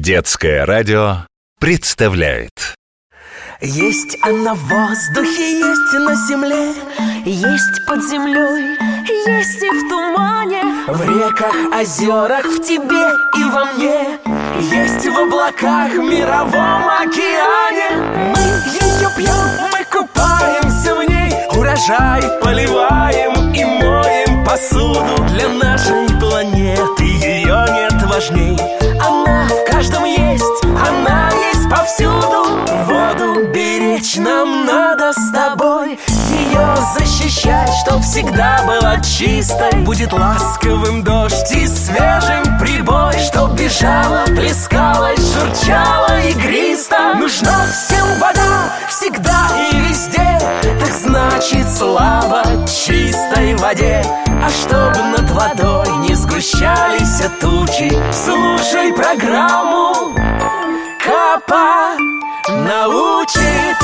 Детское радио представляет. Есть она в воздухе, есть на земле, есть под землей, есть и в тумане, в реках, озерах, в тебе и во мне, есть в облаках, в мировом океане. Мы ее пьем, мы купаемся в ней, урожай поливаем и моем посуду. Для нашей планеты ее нет важней. Она в каждом есть, она есть повсюду. Воду беречь нам надо с тобой, ее защищать, чтоб всегда была чистой. Будет ласковым дождь и свежим прибой, чтоб бежала, плескалась, журчала игристо. Нужна всем вода, всегда и везде, так значит слава чистой воде. А чтоб над водой не сгущались тучи, слушай программу «Капа научит».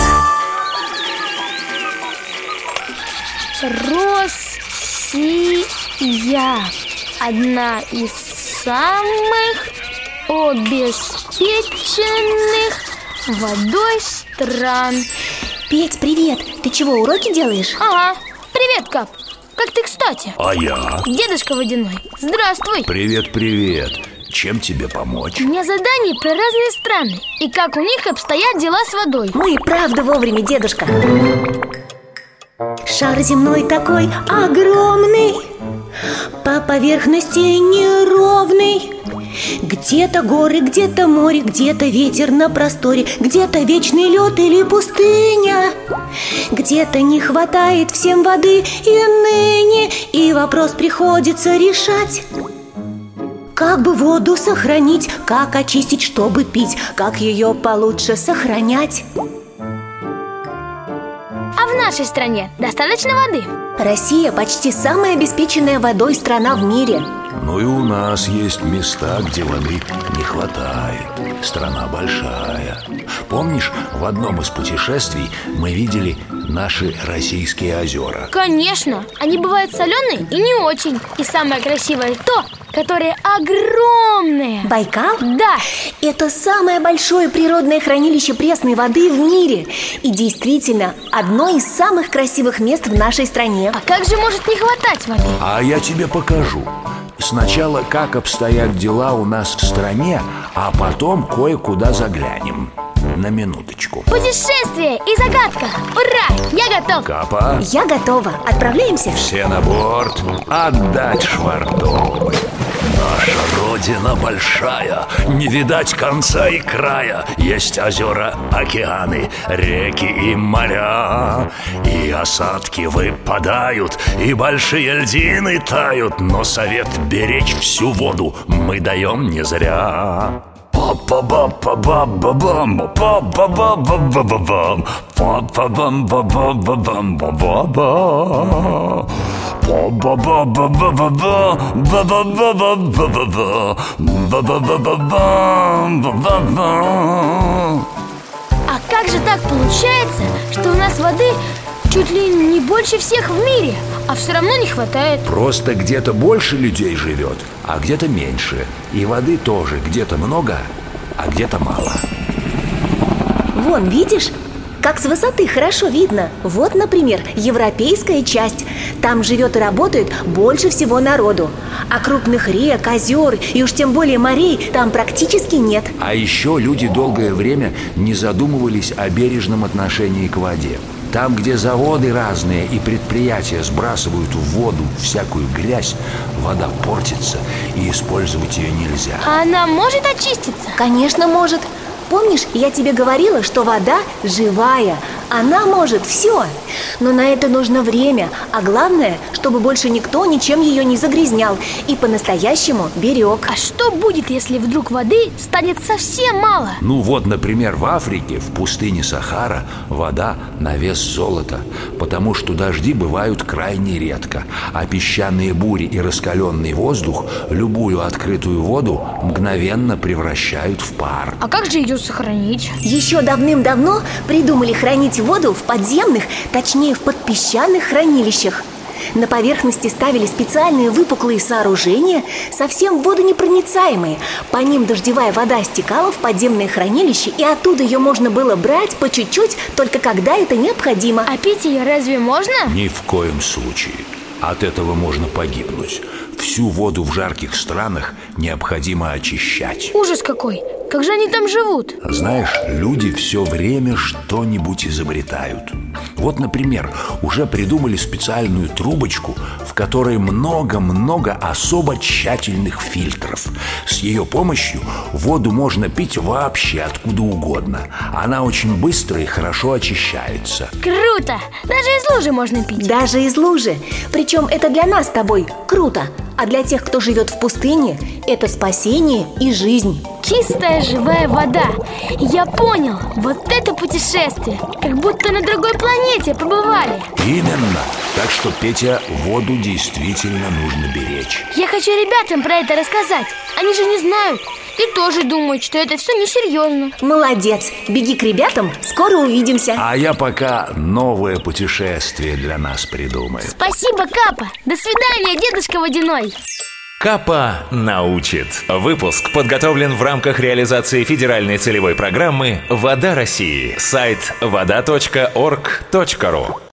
Россия – одна из самых обеспеченных водой стран. Петь, привет! Ты чего, уроки делаешь? Ага, привет, Кап. Как ты, кстати? А я? Дедушка Водяной, здравствуй. Привет. Чем тебе помочь? У меня задание про разные страны и как у них обстоят дела с водой. Мы и правда вовремя, дедушка. Шар земной такой огромный, по поверхности неровный. Где-то горы, где-то море, где-то ветер на просторе, где-то вечный лед или пустыня. Где-то не хватает всем воды и ныне, и вопрос приходится решать. Как бы воду сохранить, как очистить, чтобы пить, как ее получше сохранять. А в нашей стране достаточно воды? Россия почти самая обеспеченная водой страна в мире. Ну и у нас есть места, где воды не хватает. Страна большая. Помнишь, в одном из путешествий мы видели наши российские озера? Конечно, они бывают соленые и не очень. И самое красивое то, которое огромное. Байкал? Да. Это самое большое природное хранилище пресной воды в мире. И действительно, одно из самых красивых мест в нашей стране. А как же может не хватать воды? А я тебе покажу. Сначала, как обстоят дела у нас в стране, а потом кое-куда заглянем. На минуточку. Путешествие и загадка. Ура! Я готов. Капа. Я готова. Отправляемся? Все на борт. Отдать швартовы. Наша родина большая, не видать конца и края. Есть озера, океаны, реки и моря. И осадки выпадают, и большие льдины тают. Но совет беречь всю воду мы даем не зря. Па-па-ба-па-ба-ба-бам, па-па-ба-ба-ба-ба-бам, па-па-бам-ба-ба-ба-бам-ба-ба-ба, па-ба-ба-ба-ба-ба-ба-ба-ба-ба-ба-ба, ба-ба-ба-ба-бам-ба-ба-ба. А как же так получается, что у нас воды чуть ли не больше всех в мире, а все равно не хватает? Просто где-то больше людей живет, а где-то меньше. И воды тоже где-то много, а где-то мало. Вон, видишь? Как с высоты хорошо видно. Вот, например, европейская часть. Там живет и работает больше всего народу. А крупных рек, озер и уж тем более морей там практически нет. А еще люди долгое время не задумывались о бережном отношении к воде. Там, где заводы разные и предприятия сбрасывают в воду всякую грязь, вода портится, и использовать ее нельзя. А она может очиститься? Конечно, может. Помнишь, я тебе говорила, что вода живая. Она может все. Но на это нужно время. А главное, чтобы больше никто ничем ее не загрязнял и по-настоящему берег. А что будет, если вдруг воды станет совсем мало? Ну вот, например, в Африке, в пустыне Сахара, вода на вес золота, потому что дожди бывают крайне редко, а песчаные бури и раскаленный воздух любую открытую воду мгновенно превращают в пар. А как же ее сохранить? Еще давным-давно придумали хранить воду в подземных, точнее в подпесчаных хранилищах. На поверхности ставили специальные выпуклые сооружения, совсем водонепроницаемые. По ним дождевая вода стекала в подземное хранилище, и оттуда ее можно было брать по чуть-чуть, только когда это необходимо. А пить ее разве можно? Ни в коем случае. От этого можно погибнуть. Всю воду в жарких странах необходимо очищать. Ужас какой! Как же они там живут? Знаешь, люди все время что-нибудь изобретают. Вот, например, уже придумали специальную трубочку, в которой много-много особо тщательных фильтров. С ее помощью воду можно пить вообще откуда угодно. Она очень быстро и хорошо очищается. Круто! Даже из лужи можно пить. Даже из лужи. Причем это для нас с тобой круто. А для тех, кто живет в пустыне, это спасение и жизнь. Чистая живая вода. Я понял, вот это путешествие. Как будто на другой планете побывали. Именно. Так что, Петя, воду действительно нужно беречь. Я хочу ребятам про это рассказать. Они же не знают и тоже думают, что это все несерьезно. Молодец, беги к ребятам, скоро увидимся. А я пока новое путешествие для нас придумаю. Спасибо, Капа. До свидания, дедушка Водяной. Капа научит. Выпуск подготовлен в рамках реализации федеральной целевой программы «Вода России». Сайт вода.орг.ру.